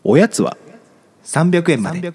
おやつは300円まで。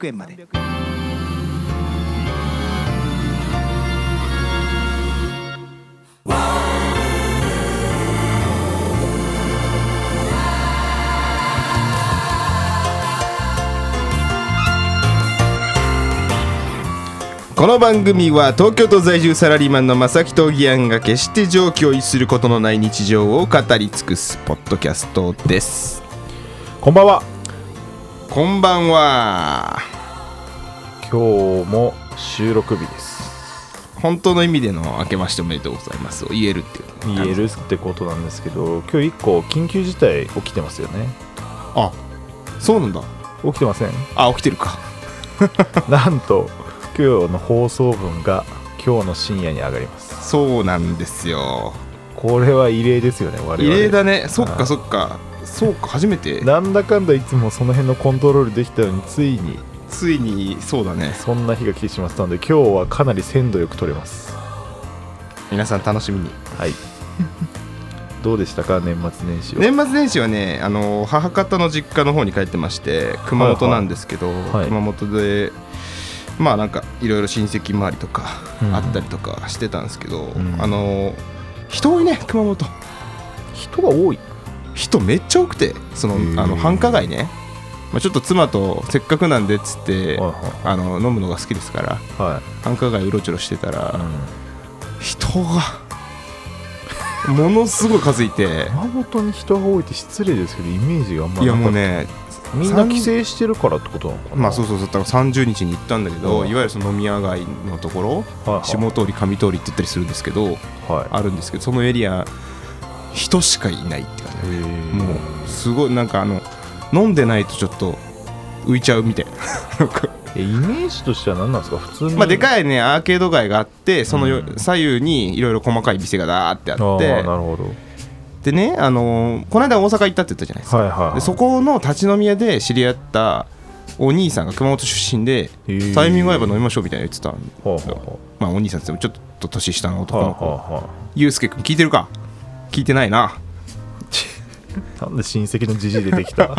この番組は東京都在住サラリーマンの正木とギアンが決して常軌を逸することのない日常を語り尽くすポッドキャストです。 こんばんは。 こんばんは。 今日も収録日です。 本当の意味での明けましておめでとうございますを言えるっていう言えるってことなんですけど、今日一個緊急事態起きてますよね。 あ、そうなんだ。 起きてません？ あ、起きてるか。 なんと今日の放送分が今日の深夜に上がります。 そうなんですよ。 これは異例ですよね。我々 異例だね。そっかそっか。そうか、初めて。 なんだかんだいつもその辺のコントロールできたのについにそうだね。 そんな日が来てしまったので、今日はかなり鮮度よく撮れます。 皆さん楽しみに。 はいどうでしたか、年末年始は。 年末年始はね、母方の実家の方に帰ってまして、熊本なんですけど、 はい、 熊本でまあなんかいろいろ親戚周りとかあったりとかしてたんですけど、人多いね。熊本人が多い。 人めっちゃ多くて、繁華街ね、ちょっと妻とせっかくなんでっつって、飲むのが好きですから、繁華街うろちょろしてたら、人がものすごい数いて。 熊本に人が多いって失礼ですけど、イメージがあんまりなかった。 いやもうね、 みんな帰省してるからってことなのかな。 そうだから30日に行ったんだけど、いわゆるその飲み屋街のところ、下通り上通りって言ったりするんですけど、あるんですけど、そのエリア人しかいないって感じ。もうすごいなんか飲んでないとちょっと浮いちゃうみたいなイメージとしては何なんですか、普通に。 でかいねアーケード街があって、その左右にいろいろ細かい店がダーってあって、 なるほど。 でね、この間大阪行ったって言ったじゃないですか、でそこの立ち飲み屋で知り合ったお兄さんが熊本出身で、タイミング合えば飲みましょうみたいな言ってたんで、お兄さんって言ってもちょっと年下の男の子、ゆうすけくん聞いてるか。聞いてないな。 なんで親戚のじじい出てきた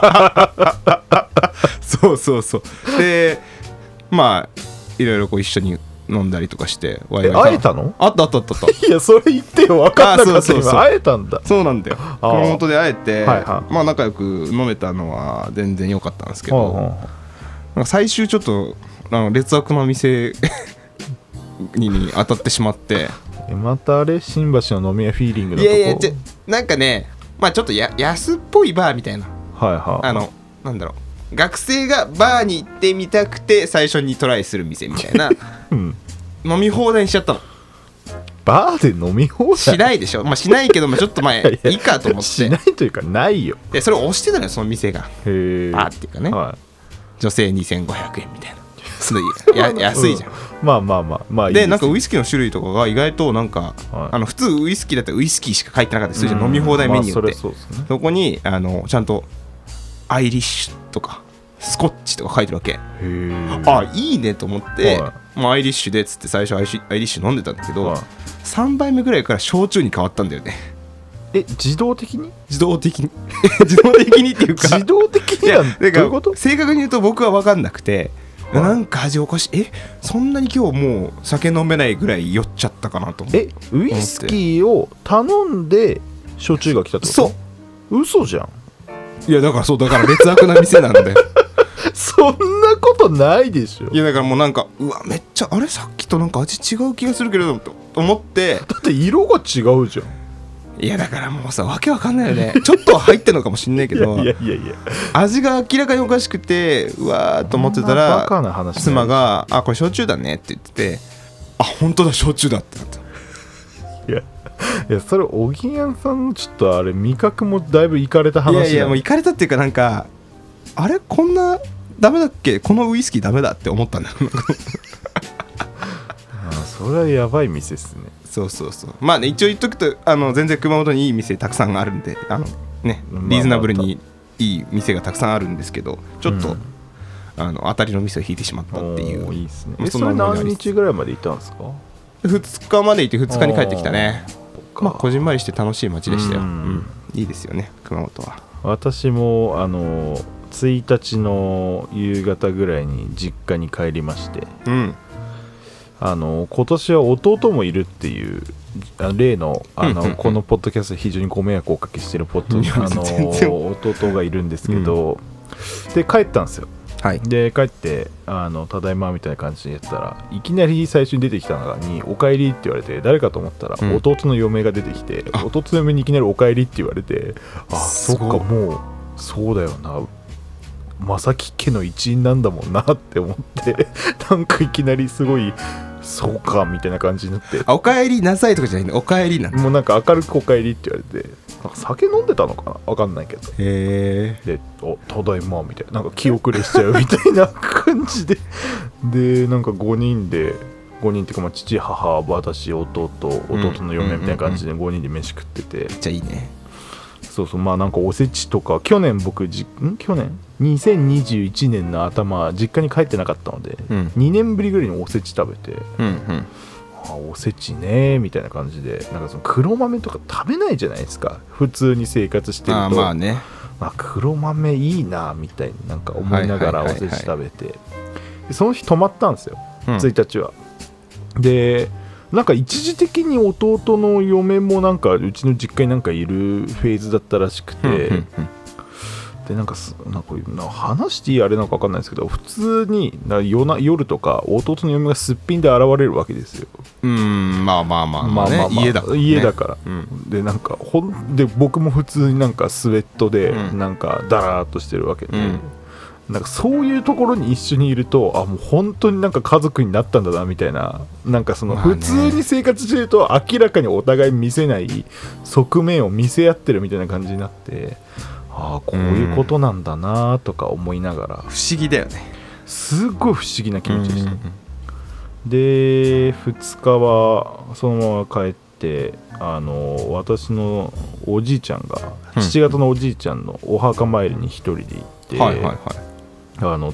そうで、いろいろこう一緒に飲んだりとかして、 会えたの？ あった。 いや、それ言ってよ。分かんなかった。今会えたんだ。 そうなんだよ。熊本で会えて、仲良く飲めたのは全然良かったんですけど、最終ちょっと劣悪な店に当たってしまって。 またあれ、新橋の飲み屋フィーリングのとこ。 いやなんかね、ちょっと安っぽいバーみたいな、なんだろう、学生がバーに行ってみたくて最初にトライする店みたいな、飲み放題にしちゃったの。 バーで飲み放題しないでしょ。しないけど、ちょっといいかと思って。 しないというかないよ。 でそれを押してたのよ、その店が。バーっていうかね、女性2500円みたいな安いじゃん。でなんかウイスキーの種類とかが意外となんか、普通ウイスキーだったらウイスキーしか書いてなかったりするじゃん、飲み放題メニューって。そこにちゃんとアイリッシュとかスコッチとか書いてるわけ。いいねと思って、アイリッシュでっつって最初アイリッシュ飲んでたんだけど、3杯目ぐらいから焼酎に変わったんだよね。 自動的に自動的にっていうか、 自動的になんてどういうこと？ 正確に言うと僕は分かんなくて、なんか味おかしい。そんなに今日もう酒飲めないぐらい酔っちゃったかなと思って。 ウイスキーを頼んで焼酎が来たってこと？そう。嘘じゃん。 いやだから劣悪な店なんだよそんなことないでしょ。 いやだからもうなんか、うわめっちゃあれ、さっきとなんか味違う気がするけれどと思って。 だって色が違うじゃん。 いやだからもうさ、わけわかんないよねちょっと入ってるのかもしんないけど、いや味が明らかにおかしくて、うわーと思ってたら、妻がこれ焼酎だねって言ってて、本当だ焼酎だってなった。 いやそれおぎやんさんのちょっとあれ味覚もだいぶいかれた話だ。 いやもういかれたっていうか、なんかあれこんなダメだっけ、このウイスキーダメだって思ったんだよそれはやばい店ですね。 そう一応言っとくと、全然熊本にいい店たくさんあるんで、リーズナブルにいい店がたくさんあるんですけど、ちょっと、当たりの店を引いてしまったっていう。 いいですね。それ何日ぐらいまで行ったんですか ？2日までいて2日に帰ってきたね。こじんまりして楽しい街でしたよ。いいですよね熊本は。 私も 1日の夕方ぐらいに実家に帰りまして、うん、今年は弟もいるっていう例のこのポッドキャストで非常にご迷惑をおかけしてる弟がいるんですけど、うん、で帰ったんですよ。はい、で帰ってただいまみたいな感じでやったらいきなり最初に出てきたのにおかえりって言われて、誰かと思ったら弟の嫁が出てきて、うん、弟の嫁にいきなりおかえりって言われて、あ、そっか、もうそうだよな、正木家の一員なんだもんなって思ってなんかいきなりすごいそうかみたいな感じになって、 おかえりなさいとかじゃないの、おかえりなんだ。 もうなんか明るくおかえりって言われて、なんか酒飲んでたのかな分かんないけど、でただいまみたいな、なんか気遅れしちゃうみたいな感じででなんか5人っていうか、まあ父母私弟の嫁みたいな感じで5人で飯食ってて、 めっちゃいいね。 そうそう、まあなんかおせちとか去年2021年の頭実家に帰ってなかったので、うん、2年ぶりぐらいにおせち食べて、うんうん、おせちねみたいな感じで、なんかその黒豆とか食べないじゃないですか普通に生活してると。 まあね、 黒豆いいなみたいになんか思いながらおせち食べて、その日泊まったんですよ、1日は。でなんか一時的に弟の嫁もなんかうちの実家になんかいるフェーズだったらしくて、でなんか話していいあれなんか分かんないですけど、普通に夜とか弟の嫁がすっぴんで現れるわけですよ。 まあ家だから、うん、でなんかで僕も普通になんかスウェットでなんかダラーっとしてるわけで、なんかそういうところに一緒にいると、もう本当になんか家族になったんだなみたいな、なんかその普通に生活してると明らかにお互い見せない側面を見せ合ってるみたいな感じになって、こういうことなんだなとか思いながら、 不思議だよね。 すっごい不思議な気持ちでした。で2日はそのまま帰って、私のおじいちゃんが、父方のおじいちゃんのお墓参りに一人で行って、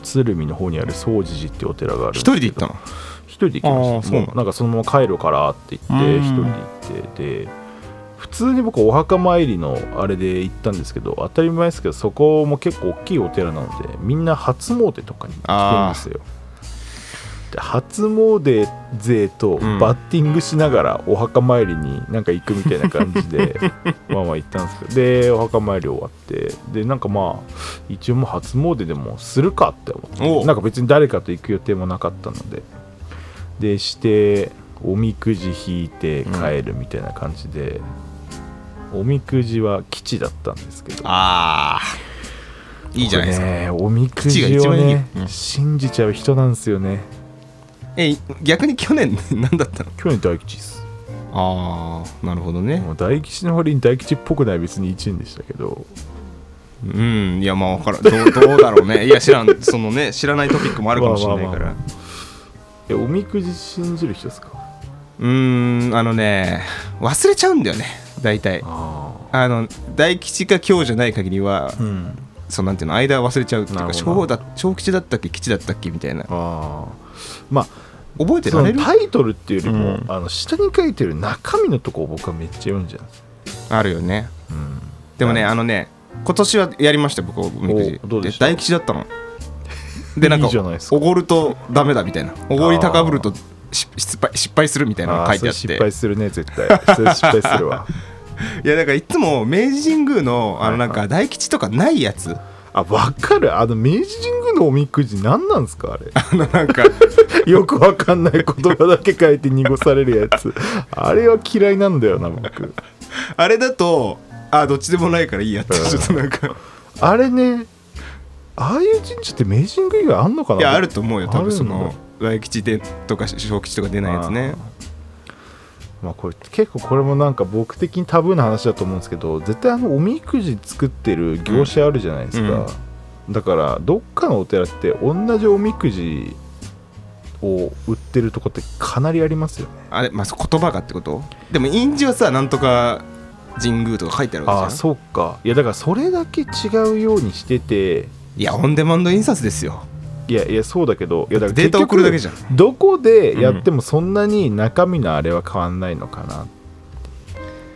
鶴見の方にある總持寺っていうお寺があるんですけど、 一人で行ったの？ 一人で行きました。もうなんかそのまま帰るからって言って一人で行って、で普通に僕お墓参りのあれで行ったんですけど、当たり前ですけどそこも結構大きいお寺なのでみんな初詣とかに来てるんですよ。で初詣勢とバッティングしながらお墓参りになんか行くみたいな感じでまあ行ったんですけど、でお墓参り終わって、でなんかまあ一応もう初詣でもするかって思って、なんか別に誰かと行く予定もなかったのでしておみくじ引いて帰るみたいな感じで、おみくじは吉だったんですけど、 いいじゃないですか。 おみくじをね、信じちゃう人なんですよね。 逆に去年何だったの？ 去年大吉です。 なるほどね。 もう大吉の割に大吉っぽくない別に1円でしたけど、 いやまあ分からん、どうだろうね。いや知らないトピックもあるかもしれないから。 おみくじ信じる人ですか？ 忘れちゃうんだよね大体。大吉か今日じゃない限りは、そうなんていうの、間忘れちゃうっていうか、小吉だったっけ吉だったっけみたいな。まあ覚えてられる？ タイトルっていうよりも、下に書いてる中身のとこを僕はめっちゃ読んじゃうんです。 あるよね。でもね今年はやりました僕おみくじ。で大吉だったの。でなんかおごるとダメだみたいな、おごり高ぶると失敗するみたいなのが書いてあって。 失敗するね絶対。それ失敗するわ。 いやだからいつも明治神宮のなんか大吉とかないやつ。 分かる。明治神宮のおみくじ何なんですかあれ。 なんかよく分かんない言葉だけ書いて濁されるやつ。あれは嫌いなんだよな僕。 あれだとどっちでもないからいいやって、ちょっとなんかあれね、ああいう神社って明治神宮以外あんのかな。 いやあると思うよ多分。その大吉でとか小吉とか出ないやつね。 これ結構これもなんか僕的にタブーな話だと思うんですけど、絶対おみくじ作ってる業者あるじゃないですか、だからどっかのお寺って同じおみくじを売ってるとこってかなりありますよね。 言葉がってこと？でも印字はさ、なんとか神宮とか書いてあるわけじゃん。 そうか。いやだからそれだけ違うようにしてて、 いやオンデマンド印刷ですよ。 いやそうだけど、いやだからデータ送るだけじゃん。 どこでやってもそんなに中身のあれは変わんないのかな。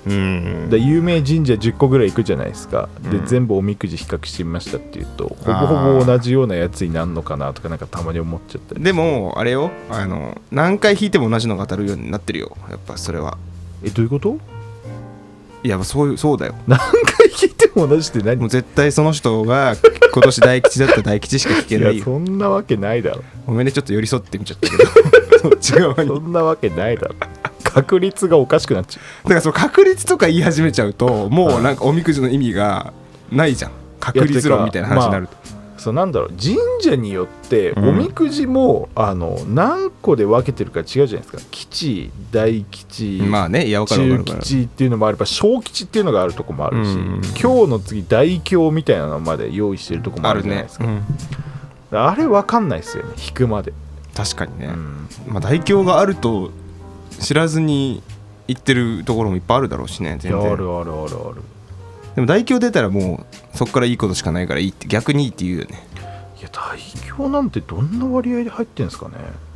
で有名神社10個ぐらい行くじゃないですか。で全部おみくじ比較してみましたっていうと、ほぼほぼ同じようなやつになるのかなとかなんかたまに思っちゃったり。 でもあれよ、何回引いても同じのが当たるようになってるよ、やっぱそれは。 どういうこと？ いやそうだよ。 何回引いても同じって何？ もう絶対その人が今年大吉だったら大吉しか引けないよ。 いやそんなわけないだろ。 ごめんね、ちょっと寄り添ってみちゃったけどそっち側に。 そんなわけないだろ。確率がおかしくなっちゃう。 だからその確率とか言い始めちゃうともうなんかおみくじの意味がないじゃん。確率論みたいな話になると、 そうなんだろう、神社によっておみくじも、何個で分けてるか違うじゃないですか。吉、大吉、 まあね、いや分かる中吉っていうのもあれば小吉っていうのがあるとこもあるし、今日の次大凶みたいなのまで用意してるとこもあるじゃないですか。あれ分かんないですよね、引くまで。 確かにね、まあ、大凶があると知らずに行ってるところもいっぱいあるだろうしね。全然ある。 でも大凶出たらもうそこからいいことしかないからいいって、逆にいいって言うよね。 いや大凶なんてどんな割合で入ってんですかね。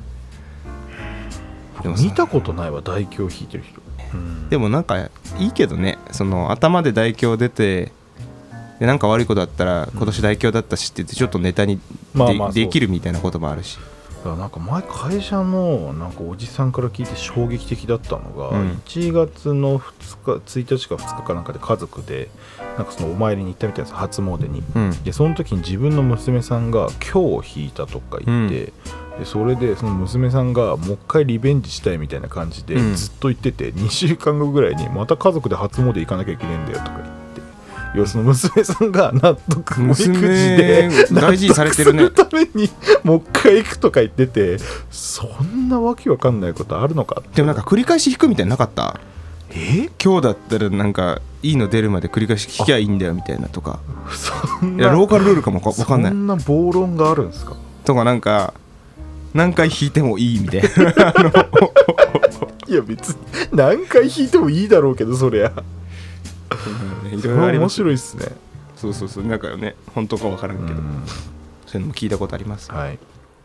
でも見たことないわ、大凶引いてる人。 でもなんかいいけどね、その頭で大凶出てでなんか悪いことあったら今年大凶だったしって言ってちょっとネタに できるみたいなこともあるし。 なんか前会社のなんかおじさんから聞いて衝撃的だったのが、1月の1日か2日かなんかで家族でなんかそのお参りに行ったみたいです、初詣に。でその時に自分の娘さんが今日引いたとか言って、でそれでその娘さんがもう一回リベンジしたいみたいな感じでずっと言ってて、2週間後ぐらいにまた家族で初詣行かなきゃいけないんだよとか言って、要するに娘さんが納得、おみくじで大事にされてるね。 納得するためにもう一回行くとか言ってて、そんなわけわかんないことあるのかって。 でもなんか繰り返し引くみたいなのなかった？今日だったらなんかいいの出るまで繰り返し引きゃいいんだよみたいなとか。いやローカルルールかもわかんない。 そんな暴論があるんですか？ とかなんか何回引いてもいいみたいな。 いや別に何回引いてもいいだろうけど、そりゃそれは面白いっすね。 そうなんかね、本当か分からんけど、そういうのも聞いたことあります。 はい。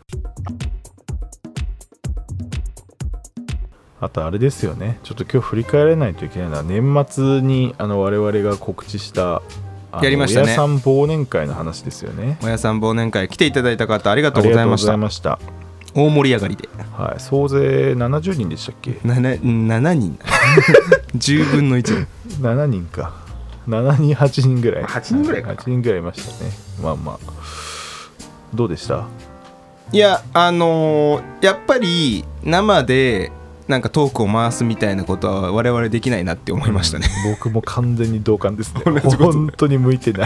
あとあれですよね、ちょっと今日振り返らないといけないのは、年末に我々が告知したやりましたね、 親さん忘年会の話ですよね。 親さん忘年会来ていただいた方ありがとうございました。大盛り上がりで、 はい、総勢70人でしたっけ。 7人10分の1。 7人か、7人8人ぐらい、 8人ぐらいか、 8人ぐらいいましたね。まあどうでした？ いややっぱり生でなんかトークを回すみたいなことは我々できないなって思いましたね。 僕も完全に同感ですね。本当に向いてない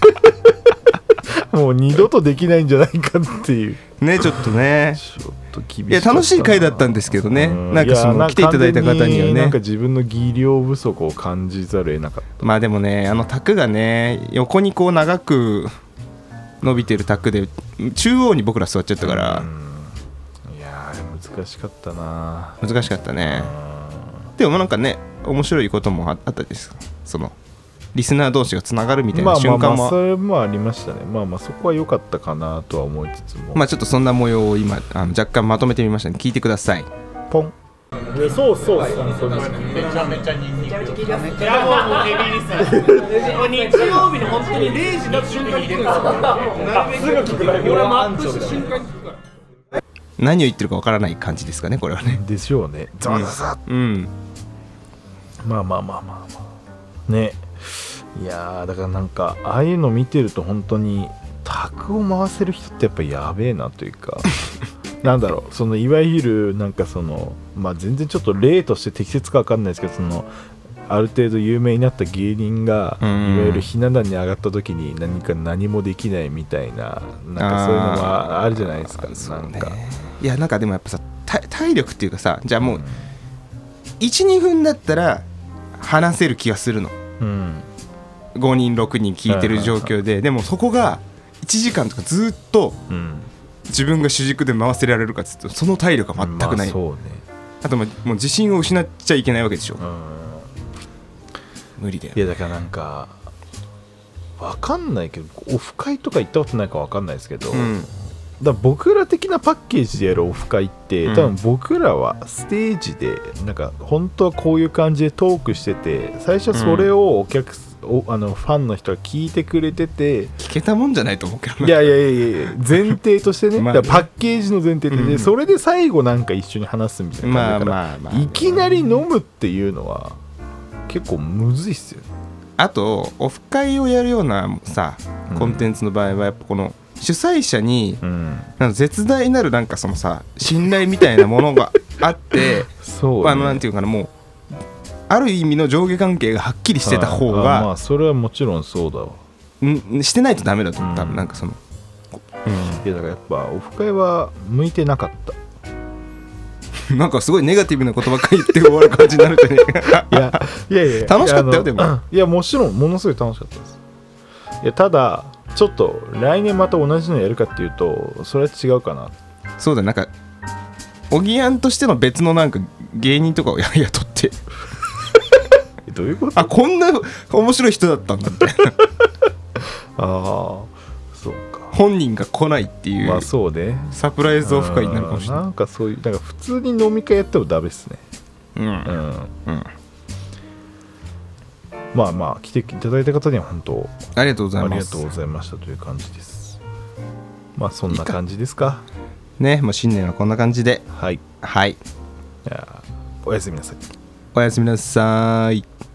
もう二度とできないんじゃないかっていうね。ちょっとね、 ちょっと厳しかったな。 いや楽しい回だったんですけどね。なんかその来ていただいた方にはね、 なんか自分の技量不足を感じざるを得なかった。 まあでもね、卓がね横にこう長く伸びてる卓で中央に僕ら座っちゃったから、 いや難しかったな。 難しかったね。でもなんかね、面白いこともあったです。そのリスナー同士がつながるみたいな瞬間も、 それもありましたね。そこは良かったかなとは思いつつも、 ちょっとそんな模様を今若干まとめてみましたので聞いてください。 ポン。そうめちゃめちゃニンニク。いやもうヘビーリスナー。日曜日の本当に0時の瞬間に聞くんですよ。すぐ聞くから。俺もアップした瞬間に聞くから。 何を言ってるかわからない感じですかね、これはね。 でしょうね。ザザザ。まあね。いやだからなんかああいうの見てると本当に卓を回せる人ってやっぱやべえなというかなんだろう、そのいわゆるなんかその全然ちょっと例として適切か分かんないですけど、そのある程度有名になった芸人がいわゆるひな壇に上がった時に何もできないみたいな、なんかそういうのもあるじゃないですか。なんかいやなんかでもやっぱさ、体力っていうかさ、じゃあもう 1,2 分だったら話せる気がするの、5人6人聞いてる状況で、でもそこが1時間とかずっと自分が主軸で回せられるかっつうと、その体力が全くない。 そうね。 あともう自信を失っちゃいけないわけでしょ。無理だよ。 いやだからなんか分かんないけど、オフ会とか行ったことないか分かんないですけど、 だ僕ら的なパッケージでやるオフ会って、多分僕らはステージでなんか本当はこういう感じでトークしてて、最初それをファンの人が聞いてくれてて、 聞けたもんじゃないと思うけど、 いや前提としてねまあね、パッケージの前提で、それで最後なんか一緒に話すみたいな感じだから、いきなり飲むっていうのは結構むずいっすよね。 あとオフ会をやるようなさコンテンツの場合はやっぱこの主催者になんか絶大なるなんかそのさ信頼みたいなものがあってそう、ね、 なんていうかな、もうある意味の上下関係がはっきりしてた方が、 まあそれはもちろんそうだわ。 してないとダメだと思う、多分なんかその、 いやだからやっぱオフ会は向いてなかったなんかすごいネガティブなことばっかり言って終わる感じになるじゃねいや楽しかったよ。でもいやもちろんものすごい楽しかったです。いやただちょっと来年また同じのやるかっていうとそれは違うかな。 そうだ、なんかおぎやんとしての別のなんか芸人とかを雇ってどういうこと？ こんな面白い人だったんだみたいなそうか、 本人が来ないっていう、 まあそうね、 サプライズオフ会になるかもしれない。 なんかそういうなんか普通に飲み会やってもダメですね。まあ来ていただいた方には本当ありがとうございます。 ありがとうございましたという感じです。まあそんな感じですかね。もう新年はこんな感じで、 はいはい、 おやすみなさい。 おやすみなさい。